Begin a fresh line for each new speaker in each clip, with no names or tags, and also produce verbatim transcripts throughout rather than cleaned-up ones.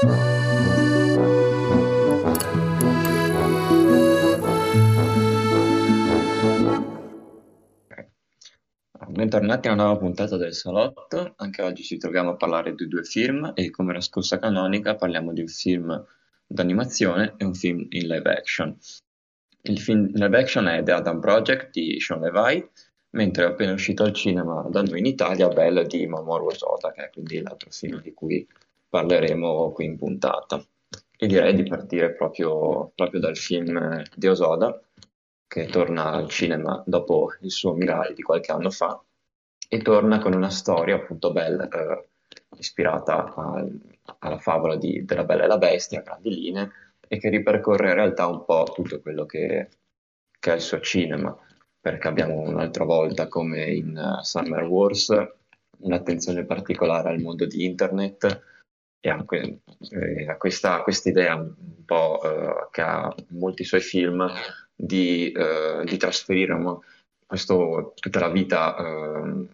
Bentornati a una nuova puntata del Salotto. Anche oggi ci troviamo a parlare di due film e come la scorsa canonica parliamo di un film d'animazione e un film in live action. Il film in live action è The Adam Project di Sean Levy, mentre è appena uscito al cinema da noi in Italia Belle di Mamoru Hosoda, che è quindi l'altro film di cui parleremo qui in puntata. E direi di partire proprio, proprio dal film di Hosoda, che torna al cinema dopo il suo Mirai di qualche anno fa e torna con una storia appunto bella, eh, ispirata al- alla favola di- della Bella e la Bestia, a grandi linee, e che ripercorre in realtà un po' tutto quello che, che è il suo cinema, perché abbiamo un'altra volta, come in eh, Summer Wars, un'attenzione particolare al mondo di internet e a, que- eh, a questa questa idea un po' eh, che ha in molti suoi film di, eh, di trasferire mo- questo- tutta la vita ehm,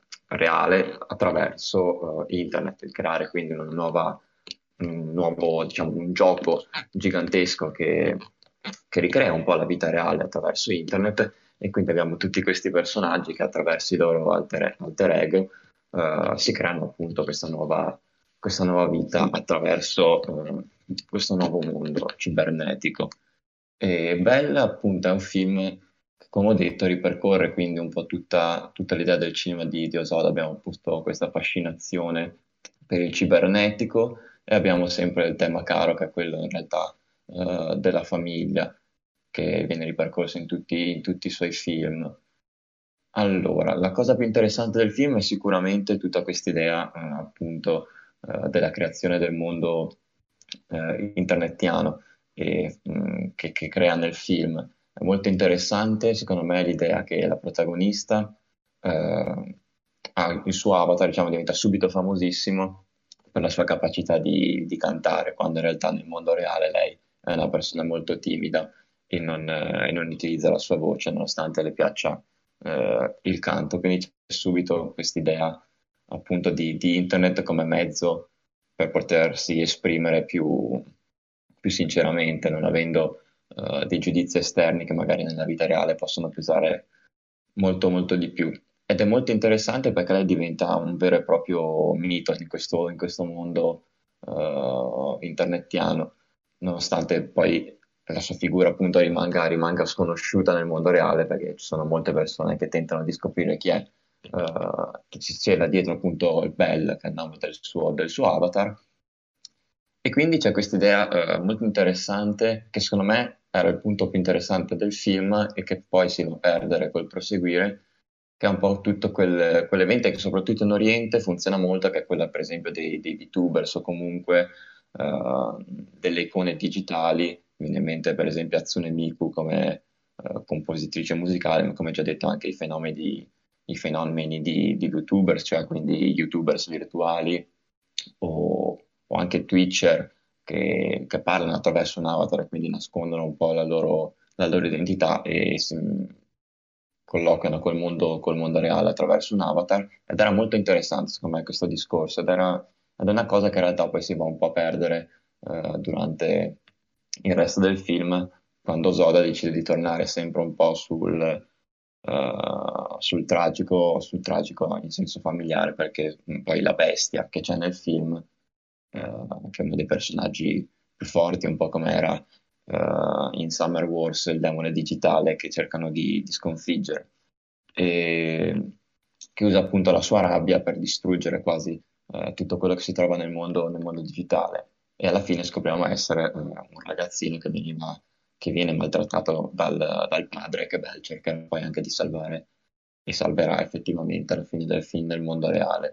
reale attraverso eh, internet, di creare quindi una nuova, un nuovo, diciamo, un gioco gigantesco che, che ricrea un po' la vita reale attraverso internet e quindi abbiamo tutti questi personaggi che attraverso i loro alter, alter ego eh, si creano appunto questa nuova, questa nuova vita attraverso eh, questo nuovo mondo cibernetico. E Bella, appunto, è un film che, come ho detto, ripercorre quindi un po' tutta, tutta l'idea del cinema di, di Osoda. Abbiamo appunto questa fascinazione per il cibernetico e abbiamo sempre il tema caro, che è quello in realtà eh, della famiglia, che viene ripercorso in tutti, in tutti i suoi film. Allora, la cosa più interessante del film è sicuramente tutta quest'idea, eh, appunto, eh, della creazione del mondo eh, internetiano e, mh, che, che crea nel film. È molto interessante, secondo me, l'idea che la protagonista, eh, ha il suo avatar, diciamo, diventa subito famosissimo per la sua capacità di, di cantare, quando in realtà nel mondo reale lei è una persona molto timida e non, eh, e non utilizza la sua voce, nonostante le piaccia eh, il canto. Quindi c'è subito quest'idea appunto di, di internet come mezzo per potersi esprimere più, più sinceramente, non avendo eh, dei giudizi esterni che magari nella vita reale possono pesare molto molto di più. Ed è molto interessante perché lei diventa un vero e proprio mito in questo, in questo mondo eh, internetiano, nonostante poi la sua figura appunto rimanga, rimanga sconosciuta nel mondo reale, perché ci sono molte persone che tentano di scoprire chi è, eh, che ci sia là dietro appunto il Bell, che è il nome del suo, del suo avatar. E quindi c'è questa idea eh, molto interessante, che secondo me era il punto più interessante del film e che poi si va a perdere col proseguire, che è un po' tutto quel, quell'evento che soprattutto in Oriente funziona molto, che è quella per esempio dei, dei VTubers o comunque eh, delle icone digitali. Mi viene in mente per esempio Hatsune Miku come eh, compositrice musicale, ma come già detto anche i fenomeni, i fenomeni di, di VTubers, cioè quindi YouTubers virtuali o, o anche Twitcher che, che parlano attraverso un avatar e quindi nascondono un po' la loro, la loro identità e si colloquiano col mondo, col mondo reale attraverso un avatar. Ed era molto interessante, secondo me, questo discorso. Ed era, ed è una cosa che in realtà poi si va un po' a perdere eh, durante il resto del film, quando Zoda decide di tornare sempre un po' sul, eh, sul tragico, sul tragico in senso familiare, perché mh, poi la bestia che c'è nel film, eh, che è uno dei personaggi più forti, un po' come era eh, in Summer Wars, il demone digitale che cercano di, di sconfiggere, e che usa appunto la sua rabbia per distruggere quasi eh, tutto quello che si trova nel mondo, nel mondo digitale. E alla fine scopriamo essere eh, un ragazzino che veniva, che viene maltrattato dal, dal padre, che beh, cerca poi anche di salvare e salverà effettivamente alla fine del film nel mondo reale.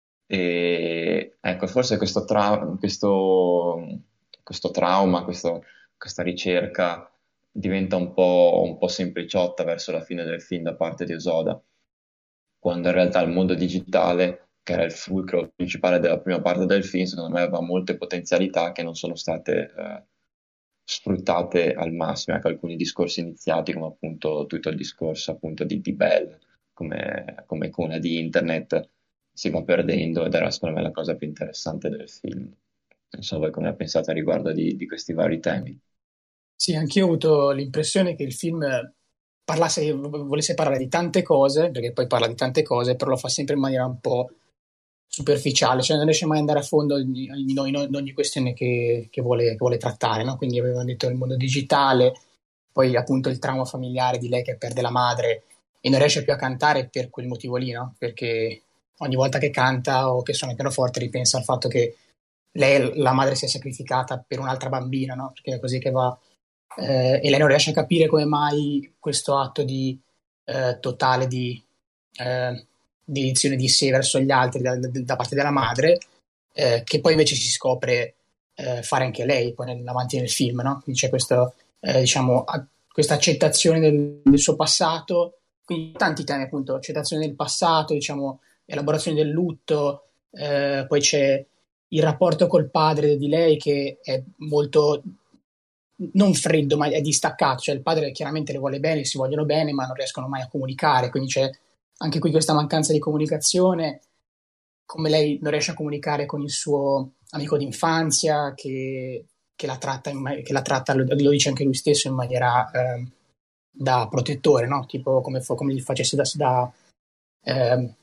E ecco, forse questo, tra- questo, questo trauma, questo- questa ricerca diventa un po', un po' sempliciotta verso la fine del film da parte di Osoda, quando in realtà il mondo digitale, che era il fulcro principale della prima parte del film, secondo me aveva molte potenzialità che non sono state eh, sfruttate al massimo. Ecco, alcuni discorsi iniziati, come appunto tutto il discorso appunto di, di Bell, come, come icona di internet, si va perdendo ed era secondo me la cosa più interessante del film. Non so voi come pensate a riguardo di, di questi vari temi.
Sì, anch'io ho avuto l'impressione che il film parlasse, volesse parlare di tante cose, perché poi parla di tante cose, però lo fa sempre in maniera un po' superficiale, cioè non riesce mai ad andare a fondo in, in- in- in ogni questione che, che vuole, che vuole trattare, no? Quindi avevano detto il mondo digitale, poi appunto il trauma familiare di lei che perde la madre e non riesce più a cantare per quel motivo lì, no? Perché ogni volta che canta o che suona il pianoforte ripensa al fatto che lei, la madre, si è sacrificata per un'altra bambina, no? Perché è così che va. Eh, e lei non riesce a capire come mai questo atto di eh, totale di, eh, di edizione di sé verso gli altri da, da- da parte della madre, eh, che poi invece si scopre eh, fare anche lei poi nel, avanti nel film, no? Quindi c'è questo, eh, diciamo, a- questa accettazione del, del suo passato, quindi tanti temi appunto, accettazione del passato, diciamo, elaborazione del lutto, eh, poi c'è il rapporto col padre di lei che è molto non freddo, ma è distaccato, cioè il padre chiaramente le vuole bene, si vogliono bene, ma non riescono mai a comunicare, quindi c'è anche qui questa mancanza di comunicazione, come lei non riesce a comunicare con il suo amico d'infanzia che, che la tratta, in ma- che la tratta lo, lo dice anche lui stesso, in maniera eh, da protettore, no? Tipo come, fo- come gli facesse da, da, eh,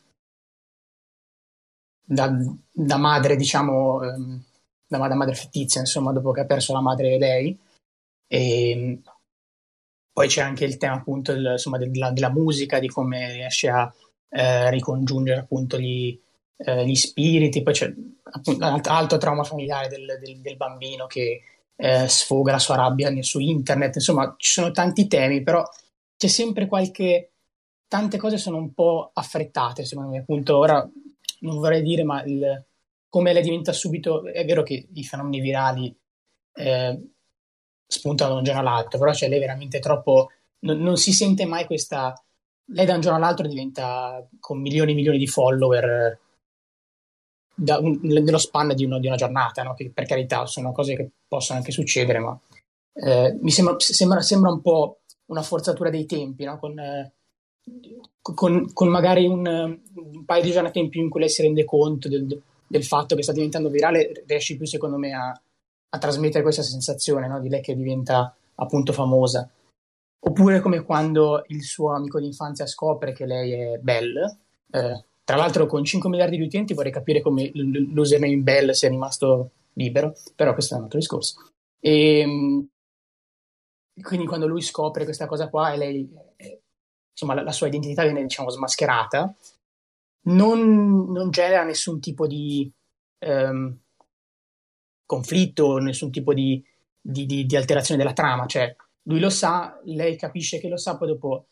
da, da madre, diciamo, ehm, da, da madre fittizia, insomma, dopo che ha perso la madre lei. E poi c'è anche il tema appunto del- insomma, della, della musica, di come riesce a eh, ricongiungere appunto gli, eh, gli spiriti. Poi c'è appunto un alt- altro trauma familiare del, del- del bambino che eh, sfoga la sua rabbia su internet. Insomma, ci sono tanti temi, però c'è sempre qualche... Tante cose sono un po' affrettate, secondo me. Appunto, ora non vorrei dire, ma il- come lei diventa subito... È vero che i fenomeni virali eh, spuntano da un giorno all'altro, però cioè, lei è veramente troppo, non, non si sente mai questa, lei da un giorno all'altro diventa con milioni e milioni di follower eh, da un- nello span di, uno- di una giornata, no? Che per carità sono cose che possono anche succedere, ma eh, mi sembra, sembra, sembra un po' una forzatura dei tempi, no? Con, eh, con, con magari un, un paio di giornate in più in cui lei si rende conto del, del fatto che sta diventando virale, riesci più secondo me a, a trasmettere questa sensazione, no? Di lei che diventa appunto famosa. Oppure come quando il suo amico d'infanzia scopre che lei è Belle. Eh, tra l'altro con cinque miliardi di utenti vorrei capire come l- l'username Belle sia rimasto libero, però questo è un altro discorso. E, mh, quindi quando lui scopre questa cosa qua e lei, eh, insomma, la, la sua identità viene, diciamo, smascherata, non, non genera nessun tipo di ehm, conflitto, nessun tipo di, di- di- di alterazione della trama. Cioè, lui lo sa, lei capisce che lo sa, poi dopo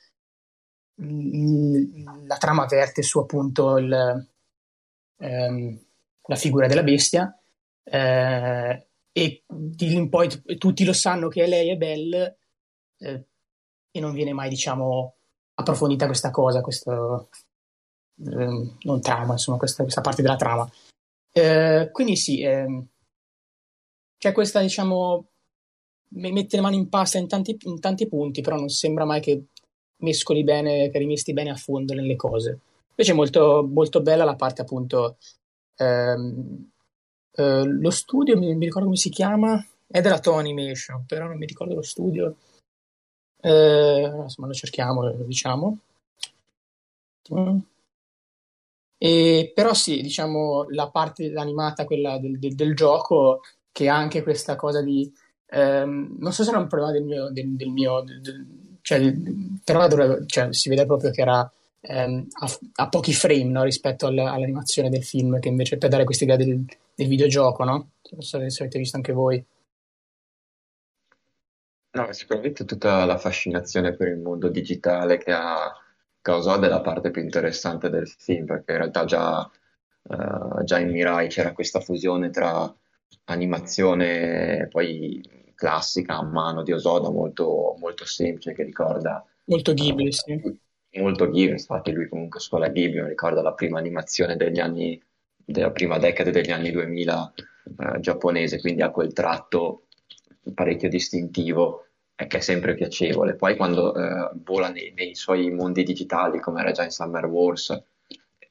il- la trama verte su appunto il, ehm, la figura della bestia eh, e di lì in poi t- tutti lo sanno che lei è Belle eh, e non viene mai, diciamo, approfondita questa cosa, questo ehm, non trama, insomma, questa, questa parte della trama. Eh, quindi sì, ehm, c'è questa, diciamo, me- mette le mani in pasta in tanti, in tanti punti, però non sembra mai che mescoli bene, che rimesti bene a fondo nelle cose. Invece è molto, molto bella la parte appunto, ehm, eh, lo studio, mi, mi ricordo come si chiama, è della Toho Animation, però non mi ricordo lo studio. Eh, insomma, lo cerchiamo, lo diciamo. Mm. E, però sì, diciamo, la parte animata, quella del, del- del gioco, che ha anche questa cosa di... ehm, non so se era un problema del mio... Del, del mio del- del- cioè, del- però dovrebbe- cioè, si vede proprio che era ehm, a, a pochi frame, no, rispetto al- all'animazione del film, che invece per dare questa idea del, del videogioco, no? Non so se avete visto anche voi.
No, sicuramente tutta la fascinazione per il mondo digitale che ha causato è la parte più interessante del film, perché in realtà già, eh, già in Mirai c'era questa fusione tra animazione poi classica a mano di Osoda, molto, molto semplice, che ricorda
Molto Ghibli, sì.
eh, molto Ghibli, infatti lui comunque scuola Ghibli, mi ricorda la prima animazione degli anni, della prima decade degli anni duemila eh, giapponese, quindi ha quel tratto parecchio distintivo e che è sempre piacevole. Poi quando eh, vola nei, nei suoi mondi digitali, come era già in Summer Wars,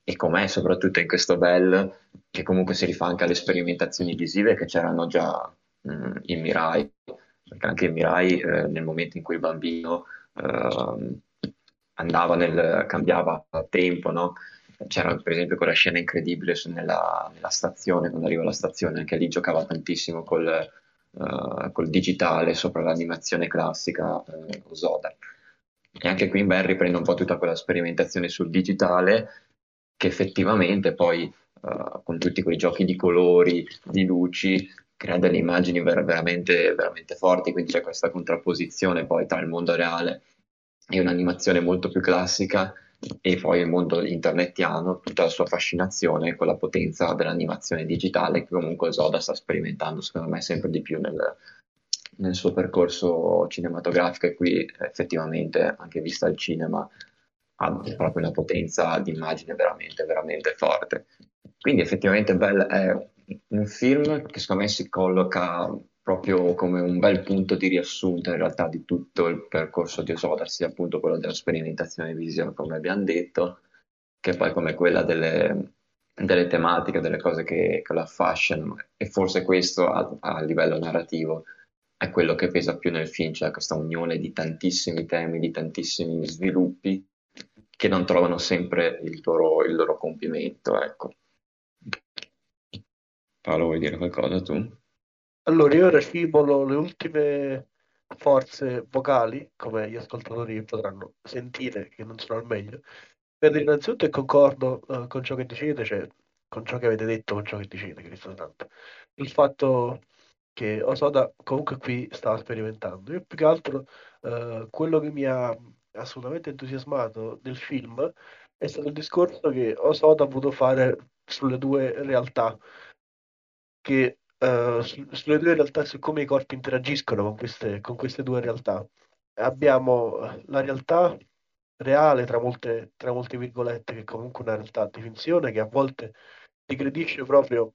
e com'è soprattutto in questo Bell, che comunque si rifà anche alle sperimentazioni visive che c'erano già mh, in Mirai, perché anche in Mirai eh, nel momento in cui il bambino ehm, andava nel, cambiava tempo, no? C'era per esempio quella scena incredibile su- nella, nella stazione, quando arriva alla stazione, anche lì giocava tantissimo col, eh, col digitale sopra l'animazione classica eh, Zoda. E anche qui in Bell riprende un po' tutta quella sperimentazione sul digitale che effettivamente poi eh, con tutti quei giochi di colori, di luci, crea delle immagini ver- veramente, veramente forti, quindi c'è questa contrapposizione poi tra il mondo reale e un'animazione molto più classica e poi il mondo internetiano, tutta la sua fascinazione con la potenza dell'animazione digitale che comunque Zoda sta sperimentando secondo me sempre di più nel, nel suo percorso cinematografico e qui effettivamente anche vista al cinema ha proprio una potenza di immagine veramente, veramente forte. Quindi effettivamente Bell è un film che secondo me si colloca proprio come un bel punto di riassunto in realtà di tutto il percorso di Osoda, sia appunto quello della sperimentazione visiva, come abbiamo detto, che poi come quella delle, delle tematiche, delle cose che, che lo affascinano. E forse questo a, a livello narrativo è quello che pesa più nel film, cioè questa unione di tantissimi temi, di tantissimi sviluppi che non trovano sempre il loro, il loro compimento, ecco. Paolo, vuoi dire qualcosa tu?
Allora, io racimolo le ultime forze vocali, come gli ascoltatori potranno sentire, che non sono al meglio, per dire innanzitutto che concordo eh, con ciò che dicete, cioè con ciò che avete detto, con ciò che dicete, Cristo santo. Il fatto che Osoda comunque qui stava sperimentando. Io più che altro eh, quello che mi ha assolutamente entusiasmato del film è stato il discorso che Osoda ha voluto fare sulle due realtà che eh, su- sulle due realtà, su come i corpi interagiscono con queste, con queste due realtà. Abbiamo eh, la realtà reale, tra molte, tra molte virgolette, che è comunque una realtà di finzione, che a volte digredisce proprio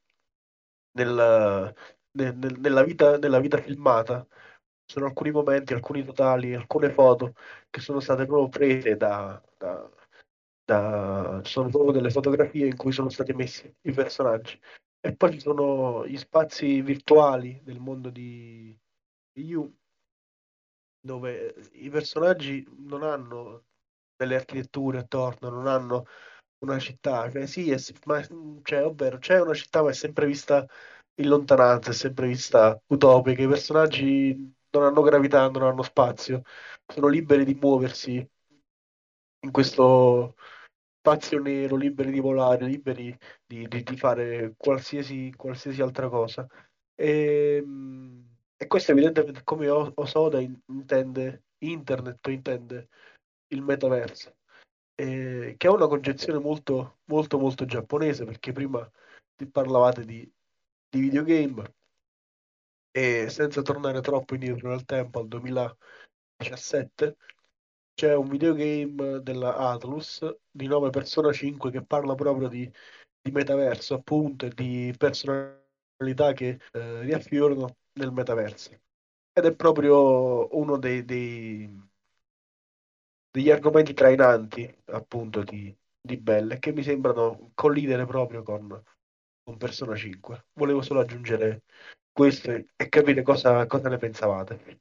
nel- nel- nel- nella vita, nella vita filmata. Sono alcuni momenti, alcuni totali, alcune foto che sono state proprio prese da, da- da- sono proprio delle fotografie in cui sono stati messi i personaggi. E poi ci sono gli spazi virtuali del mondo di, di You, dove i personaggi non hanno delle architetture attorno, non hanno una città. Cioè, sì, è, ma, cioè, ovvero, c'è una città, ma è sempre vista in lontananza, è sempre vista utopica. I personaggi non hanno gravità, non hanno spazio, sono liberi di muoversi in questo spazio nero, liberi di volare, liberi di, di- di fare qualsiasi, qualsiasi altra cosa. E, e questo evidentemente come O- Osoda in- intende internet, intende il metaverso, eh, che è una concezione molto, molto, molto giapponese, perché prima ti parlavate di, di videogame e senza tornare troppo indietro nel tempo, al duemiladiciassette, c'è un videogame della Atlus di nome Persona cinque che parla proprio di, di metaverso, appunto, e di personalità che eh, riaffiorano nel metaverso. Ed è proprio uno dei, dei- degli argomenti trainanti, appunto, di, di Bell, e che mi sembrano collidere proprio con, con Persona cinque. Volevo solo aggiungere questo e, e capire cosa, cosa ne pensavate.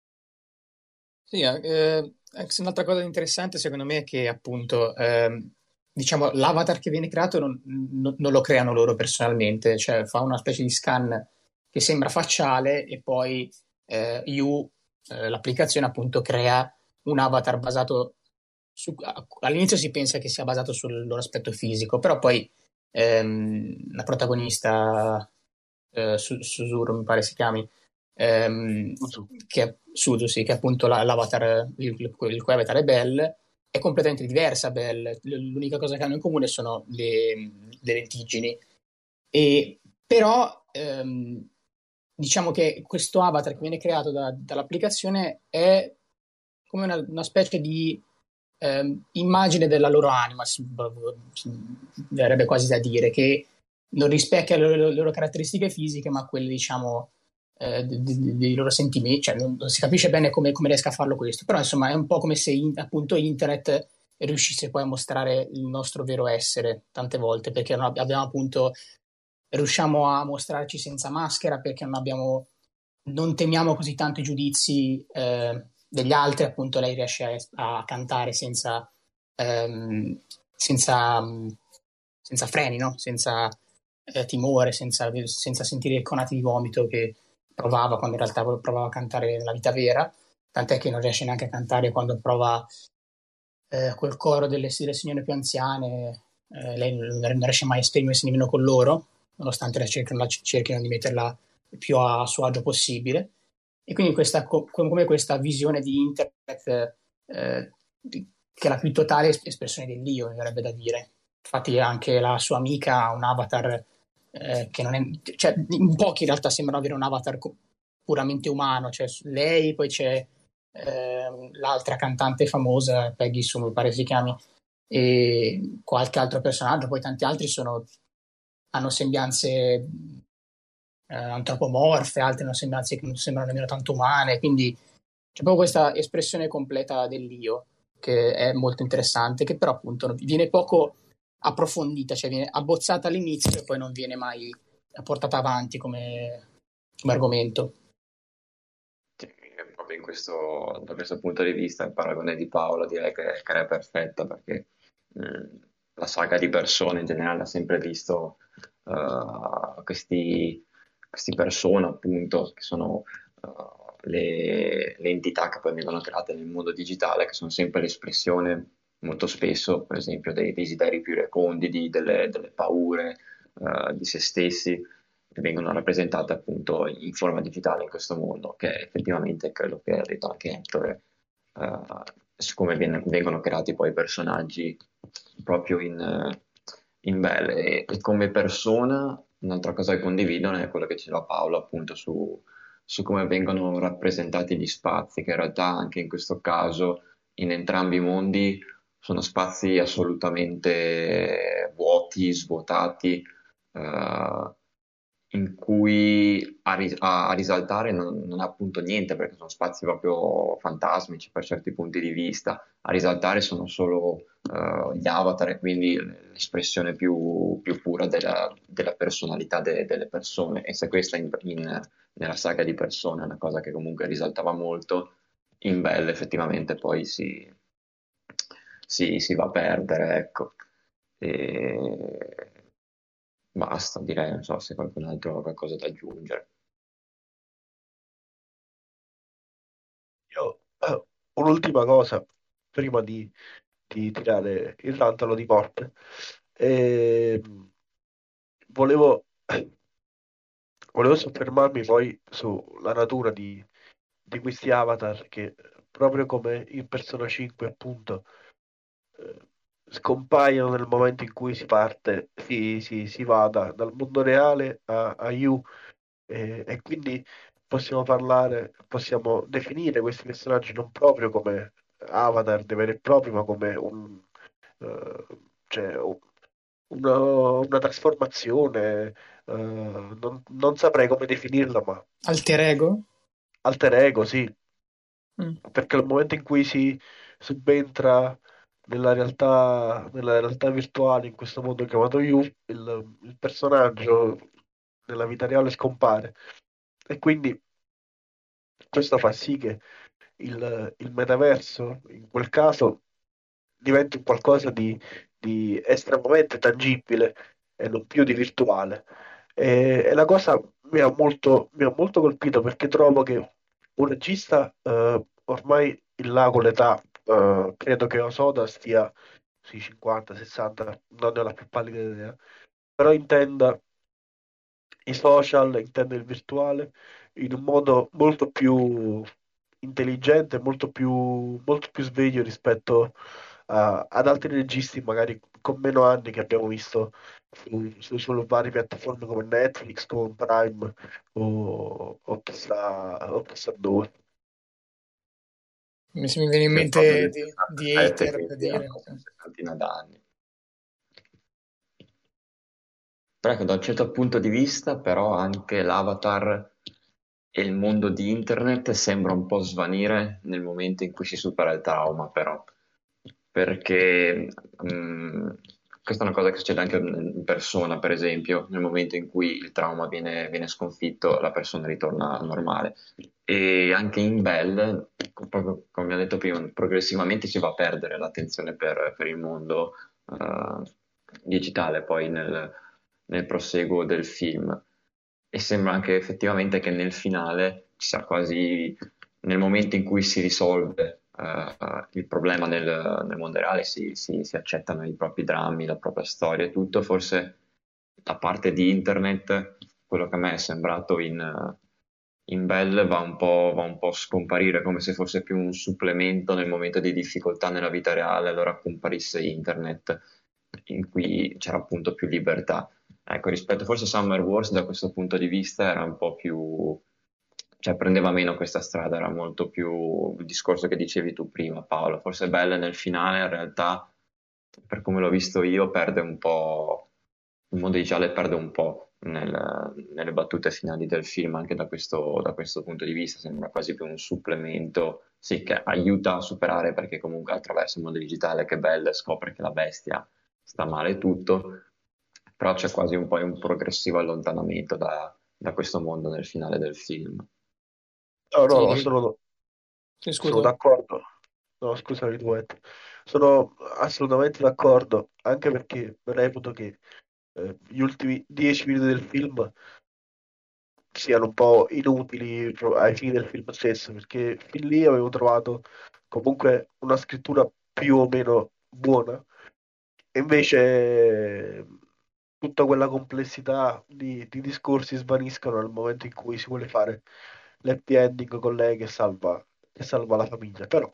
Sì, eh, eh, un'altra cosa interessante secondo me è che appunto ehm, diciamo l'avatar che viene creato non, non- non lo creano loro personalmente, cioè fa una specie di scan che sembra facciale e poi eh, You, eh, l'applicazione appunto crea un avatar basato su, all'inizio si pensa che sia basato sul loro aspetto fisico, però poi ehm, la protagonista eh, Su- Suzuru mi pare si chiami ehm,
Uzu.
che è Suzu, sì, che è appunto la- l'avatar, il, il cui avatar è Bell, è completamente diversa Bell. L- L'unica cosa che hanno in comune sono le, le lentiggini. E, però ehm, diciamo che questo avatar che viene creato da- dall'applicazione è come una, una specie di ehm, immagine della loro anima, si, si- verrebbe quasi da dire, che non rispecchia le, le loro caratteristiche fisiche, ma quelle, diciamo, eh, di- di- dei loro sentimenti. Cioè, non, non si capisce bene come, come riesca a farlo questo, però insomma è un po' come se in- appunto internet riuscisse poi a mostrare il nostro vero essere tante volte, perché non ab- abbiamo appunto riusciamo a mostrarci senza maschera perché non abbiamo non temiamo così tanto i giudizi eh, degli altri, appunto lei riesce a, a cantare senza, ehm, senza, senza freni, no? Senza eh, timore, senza, senza sentire i conati di vomito che provava quando in realtà provava a cantare nella vita vera, tant'è che non riesce neanche a cantare quando prova eh, quel coro delle, delle signore più anziane, eh, lei non, non riesce mai a esprimersi nemmeno con loro, nonostante cerchino, cerchino di metterla il più a suo agio possibile. E quindi questa, come questa visione di internet eh, che è la più totale espressione dell'io, mi verrebbe da dire. Infatti anche la sua amica ha un avatar eh, che non è... Cioè, in pochi in realtà sembrano avere un avatar puramente umano, cioè lei, poi c'è eh, l'altra cantante famosa, Peggy Sue, mi pare si chiami, e qualche altro personaggio, poi tanti altri sono, hanno sembianze eh, antropomorfe, altre hanno sembianze che non sembrano nemmeno tanto umane, quindi c'è proprio questa espressione completa dell'io che è molto interessante, che però appunto viene poco approfondita, cioè viene abbozzata all'inizio e poi non viene mai portata avanti come, come argomento.
Sì, proprio in questo, da questo punto di vista il paragone di Paolo direi che, che è perfetta perché mh, la saga di persone in generale ha sempre visto uh, questi, questi persone appunto che sono uh, le, le entità che poi vengono create nel mondo digitale che sono sempre l'espressione molto spesso per esempio dei desideri più reconditi, delle, delle paure uh, di se stessi che vengono rappresentate appunto in forma digitale in questo mondo, che effettivamente è quello che ha detto anche Ettore, eh, su come viene- vengono creati poi i personaggi proprio in, eh, in Belle. E, e come persona, un'altra cosa che condividono è quello che diceva Paolo appunto su, su come vengono rappresentati gli spazi, che in realtà anche in questo caso, in entrambi i mondi, sono spazi assolutamente vuoti, svuotati, eh, in cui a, ri- a- a risaltare non, non ha appunto niente, perché sono spazi proprio fantasmici per certi punti di vista. A risaltare sono solo eh, gli avatar e quindi l'espressione più, più pura della, della personalità de- delle persone. E se questa in- in- nella saga di persone è una cosa che comunque risaltava molto, in Belle effettivamente poi si, si- si va a perdere, ecco. E basta, direi, non so se qualcun altro ha qualcosa da aggiungere.
Io, eh, un'ultima cosa, prima di, di tirare il rantolo di morte. Ehm, volevo, volevo soffermarmi poi sulla natura di, di questi avatar che, proprio come in Persona cinque, appunto, eh, scompaiono nel momento in cui si parte, si, si, si va da- dal mondo reale a, a You, e, e quindi possiamo parlare, possiamo definire questi personaggi non proprio come avatar dei veri e propri, ma come un, eh, cioè, un- una, una trasformazione, eh, non, non saprei come definirla, ma
Alter ego?
alter ego, sì,
Mm.
perché nel momento in cui si subentra nella realtà, nella realtà virtuale, in questo mondo chiamato You, il, il personaggio nella vita reale scompare. E quindi questo fa sì che il, il metaverso, in quel caso, diventi un qualcosa di, di estremamente tangibile e non più di virtuale. E, e la cosa mi ha molto, mi ha molto colpito perché trovo che un regista, eh, ormai in là con l'età, eh, credo che Osoda stia sui cinquanta sessanta, non ne ho la più pallida idea, però intenda i social, intende il virtuale in un modo molto più intelligente, molto più, molto più sveglio rispetto a- ad altri registi, magari con meno anni che abbiamo visto su, su- sulle varie piattaforme come Netflix, come Prime o, o chissà, o chissà dove.
Mi, mi viene in
Sì, proprio
mente
del
di, di
sessantasette,
hater per
quindi hanno
dire.
una sessantina d'anni. Però ecco, da un certo punto di vista, però, anche l'avatar e il mondo di internet sembra un po' svanire nel momento in cui si supera il trauma, però. perché mh, questa è una cosa che succede anche in persona, per esempio, nel momento in cui il trauma viene, viene sconfitto, la persona ritorna normale. E anche in Bell, proprio come ho detto prima, progressivamente si va a perdere l'attenzione per, per il mondo eh, digitale, poi nel, nel proseguo del film. E sembra anche effettivamente che nel finale ci sia quasi, nel momento in cui si risolve eh, il problema nel, nel mondo reale, si, si- si accettano i propri drammi, la propria storia e tutto, forse da parte di internet, quello che a me è sembrato in, in Bell va un po', va un po' a scomparire, come se fosse più un supplemento nel momento di difficoltà nella vita reale, allora comparisse internet, in cui c'era appunto più libertà. Ecco, rispetto forse a Summer Wars da questo punto di vista era un po' più, cioè prendeva meno questa strada, era molto più il discorso che dicevi tu prima, Paolo. Forse Belle nel finale, in realtà, per come l'ho visto io, perde un po', il mondo digitale perde un po' nel- nelle battute finali del film, anche da questo, da questo punto di vista, sembra quasi più un supplemento, sì, che aiuta a superare, perché comunque attraverso il mondo digitale che Belle scopre che la bestia sta male e tutto, però c'è quasi un po' un progressivo allontanamento da, da questo mondo nel finale del film.
No, no, ma
Sì,
sono,
sì,
sono
scusa.
d'accordo. No, scusami, duetto. Sono assolutamente d'accordo, anche perché reputo che eh, gli ultimi dieci minuti del film siano un po' inutili pro- ai fini del film stesso, perché fin lì avevo trovato comunque una scrittura più o meno buona, e invece tutta quella complessità di, di discorsi svaniscono nel momento in cui si vuole fare l'happy ending con lei che salva, che salva la famiglia. Però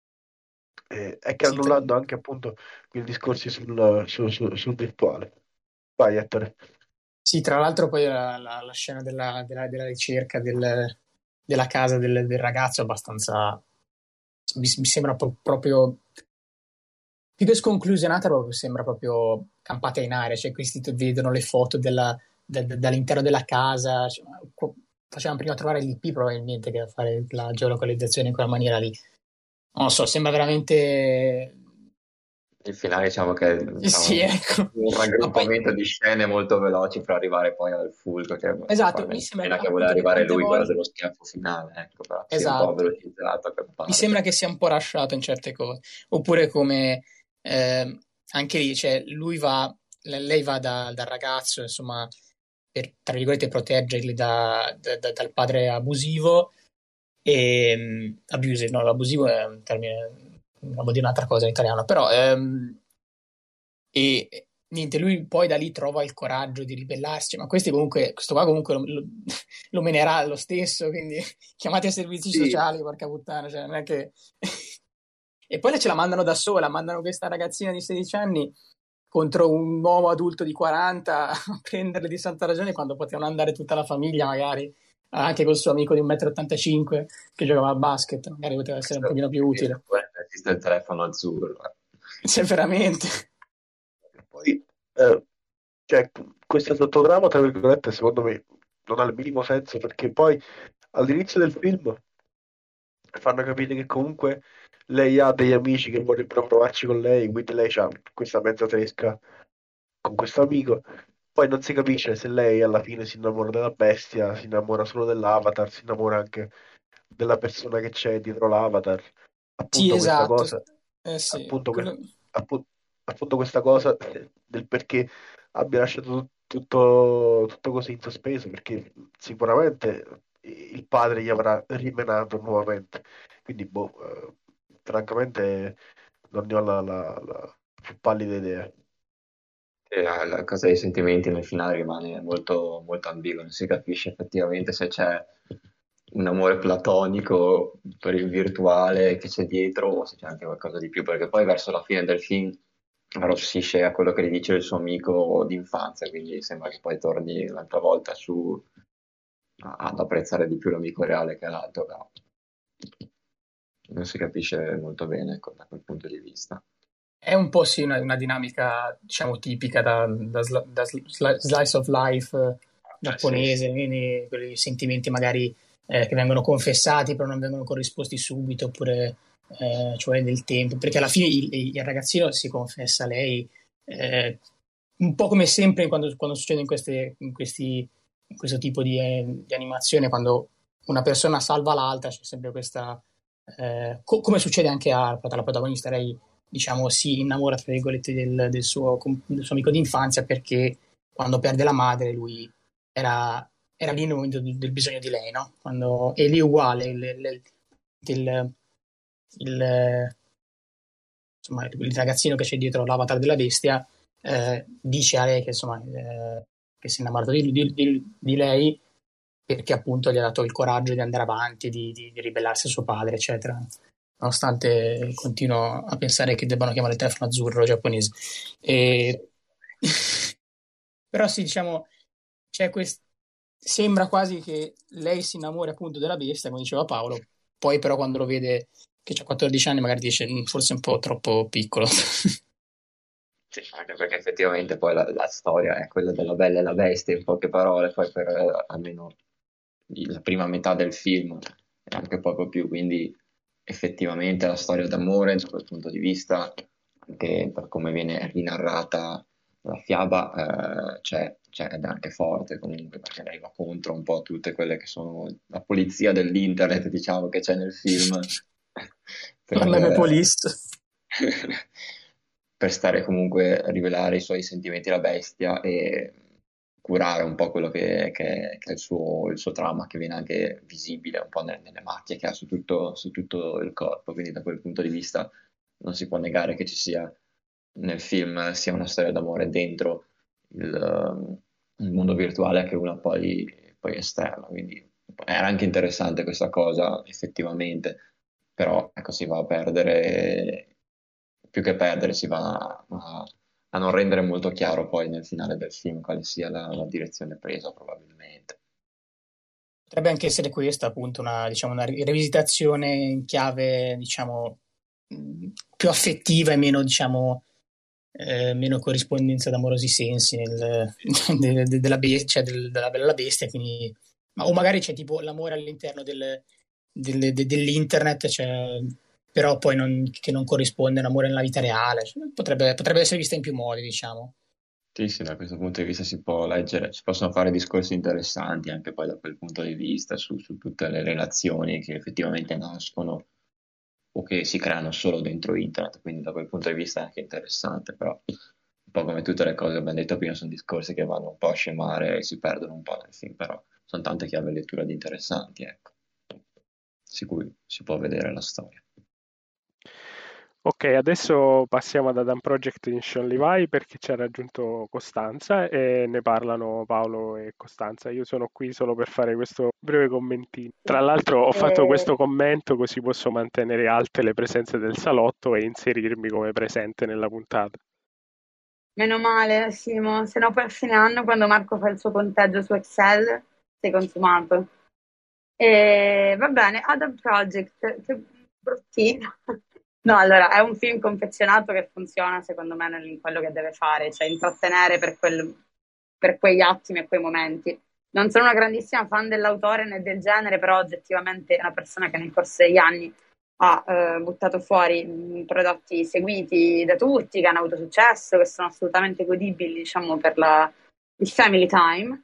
eh, è che
Sì, tra,
annullando anche appunto quei discorsi sul, sul, sul- sul virtuale. Vai, Ettore.
sì, tra l'altro poi la, la- la scena della, della- della ricerca del- della casa del, del ragazzo è abbastanza, mi, mi sembra pro- proprio, più che sconclusionata, proprio sembra proprio campata in aria, cioè questi t- vedono le foto della- da- da- dall'interno della casa, cioè, ma co- facevano prima trovare l'I P probabilmente che a fare la geolocalizzazione in quella maniera lì. Non lo so, sembra veramente...
Il finale diciamo che è
Sì, sì,
diciamo,
ecco.
un
Ma poi,
raggruppamento di scene molto veloci per arrivare poi al fulcro, che
esatto, mi
probabilmente
sembra che
scena che voleva
appunto che
arrivare
tante
lui, quella
volte...
dello schiaffo finale, ecco, però sì, un po'
Esatto.
velocizzato che
Mi
parte.
sembra che sia un po' rasciato in certe cose. Oppure come ehm, anche lì, cioè, lui va, le- lei va da- dal ragazzo, insomma, per, tra virgolette, proteggerli da- da- da- dal padre abusivo. E, mm, abusive, no, l'abusivo è un termine, non vuol dire un'altra cosa in italiano, però ehm, e niente, lui poi da lì trova il coraggio di ribellarsi, ma questi comunque, questo qua comunque lo, lo, lo menerà lo stesso, quindi chiamati a servizi
Sì,
sociali, porca puttana, cioè non è che... E poi ce la mandano da sola, mandano questa ragazzina di sedici anni contro un uomo adulto di quaranta a prenderle di santa ragione quando potevano andare tutta la famiglia magari, anche col suo amico di uno e ottantacinque m che giocava a basket, magari poteva essere un
Questo,
pochino più utile.
esiste il telefono azzurro. eh.
Cioè, veramente.
poi eh, cioè, questo sottotrama, tra virgolette, secondo me non ha il minimo senso, perché poi all'inizio del film fanno capire che comunque lei ha degli amici che vorrebbero provarci con lei, quindi lei ha questa mezza tresca con questo amico. Poi non si capisce se lei alla fine si innamora della bestia, si innamora solo dell'avatar, si innamora anche della persona che c'è dietro l'avatar.
Sì,
Appunto questa
esatto.
cosa,
Eh sì,
appunto, que-
quello...
appu- appunto questa cosa eh, del perché abbia lasciato tut- tutto, tutto così in sospeso, perché sicuramente il padre gli avrà rimenato nuovamente. Quindi, boh, eh, francamente non ne ho la, la, la più pallida idea.
E la, la cosa dei sentimenti nel finale rimane molto, molto ambigua, non si capisce effettivamente se c'è un amore platonico per il virtuale che c'è dietro o se c'è anche qualcosa di più, perché poi verso la fine del film arrossisce a quello che gli dice il suo amico d'infanzia, quindi sembra che poi torni un'altra volta su a- ad apprezzare di più l'amico reale che l'altro, però non si capisce molto bene, ecco, da quel punto di vista.
È un po' sì una, una dinamica, diciamo, tipica da, da sli- da sli- slice of life eh,
Eh, sì, sì.
giapponese, quindi quei sentimenti magari eh, che vengono confessati però non vengono corrisposti subito, oppure eh, cioè del tempo, perché alla fine il, il ragazzino si confessa a lei, eh, un po' come sempre quando, quando succede in, queste, in, questi, in questo tipo di, eh, di animazione, quando una persona salva l'altra, c'è sempre questa, eh, co- come succede anche a, alla protagonista, lei diciamo si innamora tra virgolette del, del suo, del suo amico d'infanzia, perché quando perde la madre lui era, era lì nel momento del, del bisogno di lei, no? Quando, e lì è uguale, il, il, il, il, insomma, il ragazzino che c'è dietro l'avatar della bestia, eh, dice a lei che, insomma, eh, che si è innamorato di, di- di- di lei perché appunto gli ha dato il coraggio di andare avanti, di, di- di ribellarsi a suo padre, eccetera. Nonostante continuo a pensare che debbano chiamare il telefono azzurro giapponese. E... Però sì, diciamo, c'è quest... sembra quasi che lei si innamori appunto della bestia, come diceva Paolo, poi però quando lo vede che ha quattordici anni magari dice "Mm, forse è un po' troppo piccolo".
Sì, anche perché effettivamente poi la, la storia è quella della Bella e la Bestia, in poche parole, poi per eh, almeno la prima metà del film e anche poco più, quindi effettivamente la storia d'amore da quel punto di vista, anche per come viene rinarrata la fiaba, eh, c'è, c'è- ed è anche forte comunque, perché lei va contro un po' tutte quelle che sono la polizia dell'internet, diciamo, che c'è nel film, per,
La Maple
eh,
List.
per stare comunque a rivelare i suoi sentimenti alla bestia e curare un po' quello che, che- che è il suo, il suo trauma, che viene anche visibile un po' ne- nelle macchie che ha su tutto, su tutto il corpo. Quindi da quel punto di vista non si può negare che ci sia nel film sia una storia d'amore dentro il, um, il mondo virtuale che una poi, poi esterna. Quindi era anche interessante questa cosa, effettivamente, però ecco, si va a perdere, più che perdere, si va a, a non rendere molto chiaro poi nel finale del film quale sia la, la direzione presa, probabilmente.
Potrebbe anche essere questa, appunto, una, diciamo, una ri- rivisitazione in chiave, diciamo, mh, più affettiva e meno, diciamo, eh, meno corrispondenza ad amorosi sensi nel- de- de- della, be- cioè del- della bella bestia, quindi, ma- o magari c'è tipo l'amore all'interno del- del- de- dell'internet, cioè, però poi non, che non corrisponde all'amore nella vita reale. Cioè, potrebbe, potrebbe essere vista in più modi, diciamo.
Sì, sì, da questo punto di vista si può leggere, si possono fare discorsi interessanti anche poi da quel punto di vista su, su tutte le relazioni che effettivamente nascono o che si creano solo dentro internet, quindi da quel punto di vista è anche interessante, però un po' come tutte le cose che abbiamo detto prima sono discorsi che vanno un po' a scemare e si perdono un po' nel film, però sono tante chiavi di lettura di interessanti, ecco, su cui si può vedere la storia.
Ok, adesso passiamo ad Adam Project in Sean Levi perché ci ha raggiunto Costanza e ne parlano Paolo e Costanza. Io sono qui solo per fare questo breve commentino. Tra l'altro ho fatto
Eh,
questo commento così posso mantenere alte le presenze del salotto e inserirmi come presente nella puntata.
Meno male, Simo, se no poi a fine anno quando Marco fa il suo conteggio su Excel sei consumato. E va bene, Adam Project, che bruttino. No, allora, è un film confezionato che funziona secondo me nel- in quello che deve fare, cioè intrattenere per, quel- per quegli attimi e quei momenti. Non sono una grandissima fan dell'autore né del genere, però oggettivamente è una persona che nel corso degli anni ha eh, buttato fuori mh, prodotti seguiti da tutti, che hanno avuto successo, che sono assolutamente godibili, diciamo, per la- il family time.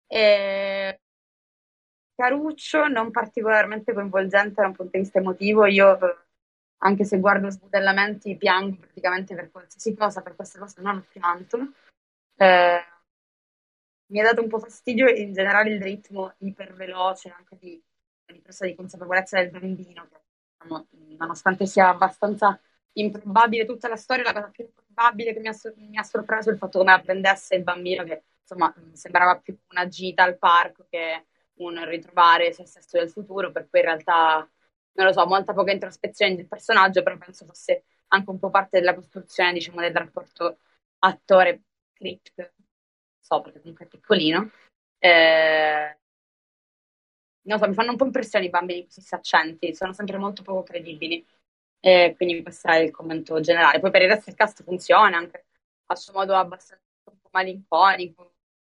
E caruccio, non particolarmente coinvolgente da un punto di vista emotivo. Io, eh, anche se guardo sbudellamenti, piango praticamente per qualsiasi cosa, per questa cosa non ho pianto. Eh, Mi ha dato un po' fastidio in generale il ritmo iperveloce anche di, di presa di consapevolezza del bambino, che diciamo, nonostante sia abbastanza improbabile tutta la storia, la cosa più improbabile che mi ha, sor- mi ha sorpreso è il fatto come apprendesse il bambino, che insomma sembrava più una gita al parco che un ritrovare se stesso del futuro, per cui in realtà, non lo so, molta poca introspezione del personaggio, però penso fosse anche un po' parte della costruzione, diciamo, del rapporto attore-script, so perché comunque è piccolino. Eh, non so, mi fanno un po' impressione i bambini così saccenti, sono sempre molto poco credibili. E quindi questo è il commento generale. Poi per il resto il cast funziona anche a suo modo abbastanza un po' malinconico.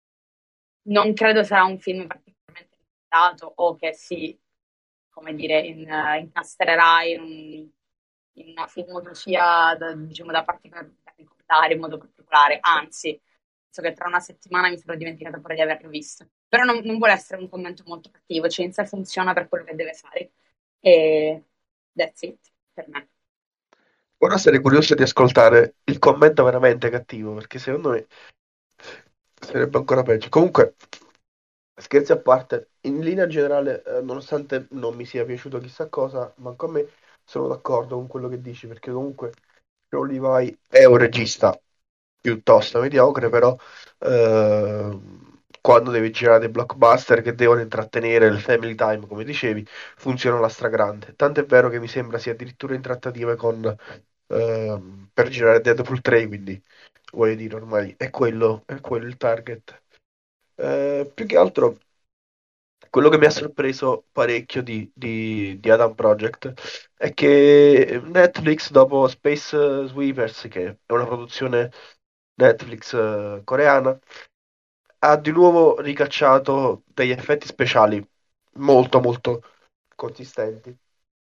Non credo sarà un film particolarmente rispettato o che si, come dire, in, incastrerà in un in una filmografia da, diciamo, da, particolare, da ricordare in modo particolare, anzi, so che tra una settimana mi sono dimenticata pure di averlo visto. Però non, non vuole essere un commento molto cattivo, Cinzia funziona per quello che deve fare. E that's it, per me.
Ora sarei curioso di ascoltare il commento veramente cattivo, perché secondo me sarebbe ancora peggio. Comunque, scherzi a parte, in linea generale, eh, nonostante non mi sia piaciuto chissà cosa, ma a me sono d'accordo con quello che dici, perché comunque Joe Levi è un regista piuttosto mediocre, però eh, quando devi girare dei blockbuster che devono intrattenere il family time, come dicevi, funziona alla stragrande. Tanto è vero che mi sembra sia addirittura in trattative con ehm, per girare Deadpool tre, quindi voglio dire, ormai è quello, è quello il target. Eh, più che altro, quello che mi ha sorpreso parecchio di, di, di Adam Project è che Netflix, dopo Space Sweepers, che è una produzione Netflix eh, coreana, ha di nuovo ricacciato degli effetti speciali molto molto consistenti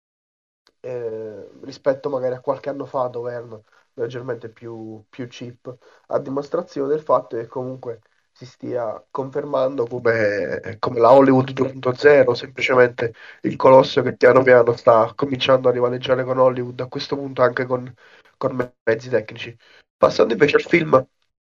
eh, rispetto magari a qualche anno fa dove erano leggermente più, più cheap, a dimostrazione del fatto che comunque si stia confermando come, come la Hollywood due punto zero, semplicemente il colosso che piano piano sta cominciando a rivaleggiare con Hollywood, a questo punto anche con, con mezzi tecnici. Passando invece al film,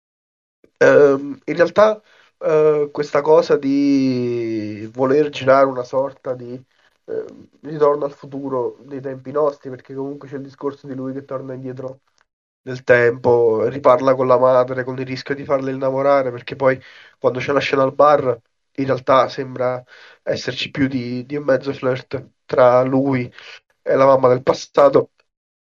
ehm, in realtà eh, questa cosa di voler girare una sorta di eh, ritorno al futuro dei tempi nostri, perché comunque c'è il discorso di lui che torna indietro nel tempo, riparla con la madre con il rischio di farla innamorare, perché poi quando c'è la scena al bar, in realtà sembra esserci più di, di un mezzo flirt tra lui e la mamma del passato.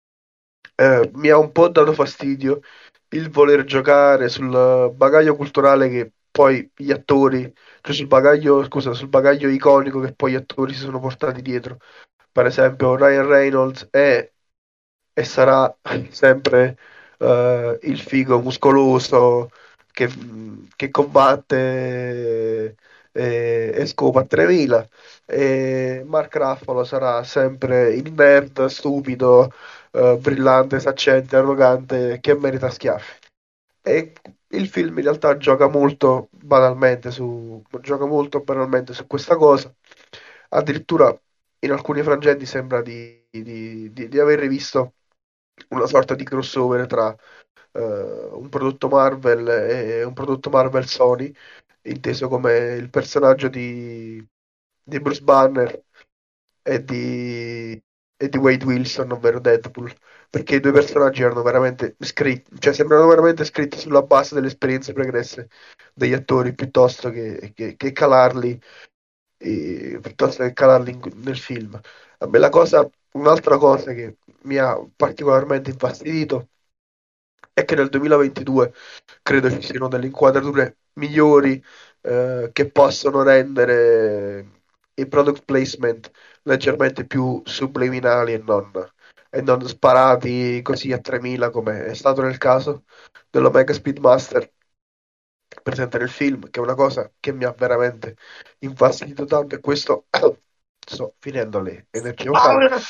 Eh, mi ha un po' dato fastidio il voler giocare sul bagaglio culturale che poi gli attori, cioè sul bagaglio, scusa, sul bagaglio iconico che poi gli attori si sono portati dietro. Per esempio, Ryan Reynolds è e sarà sempre eh, il figo muscoloso che, che combatte e, e scopa a tremila. E Mark Ruffalo sarà sempre il nerd stupido, eh, brillante, saccente, arrogante che merita schiaffi. E il film in realtà gioca molto banalmente su, gioca molto banalmente su questa cosa. Addirittura in alcuni frangenti sembra di, di, di, di aver rivisto una sorta di crossover tra eh, un prodotto Marvel e un prodotto Marvel Sony, inteso come il personaggio di, di Bruce Banner e di, e di Wade Wilson, ovvero Deadpool, perché i due personaggi erano veramente scritti, cioè sembrano veramente scritti sulla base delle esperienze pregresse degli attori piuttosto che, che, che calarli, eh, piuttosto che calarli in- nel film. A me la cosa, un'altra cosa che mi ha particolarmente infastidito è che nel duemilaventidue credo ci siano delle inquadrature migliori eh, che possono rendere i product placement leggermente più subliminali e non, e non sparati così a tremila come è stato nel caso dell'Omega Speedmaster presente nel film, che è una cosa che mi ha veramente infastidito tanto e questo sto finendo le energie vocali.
Paolo!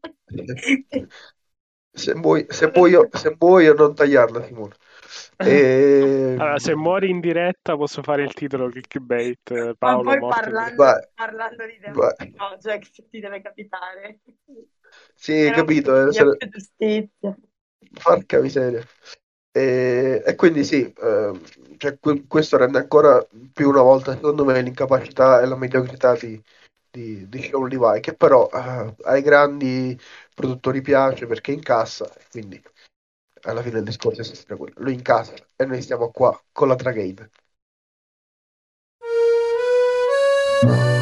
Se muoio, se muoio, se muoio non tagliarla, Simone. E...
Allora, se muori in diretta posso fare il titolo clickbait, eh,
Ma
Paolo
poi
morto in diretta.
parlando,
Vai,
parlando di The
vai.
Project ti deve capitare.
Sì, hai
E non
capito, eh,
via
se-
più giustizia.
porca miseria. E, e quindi sì, eh, cioè, que- questo rende ancora più una volta, secondo me, l'incapacità e la mediocrità di, di, di Sean Levi, che però eh, ai grandi produttori piace perché incassa, e quindi alla fine il discorso è sempre quello. Lui incassa e noi stiamo qua con la traghedia.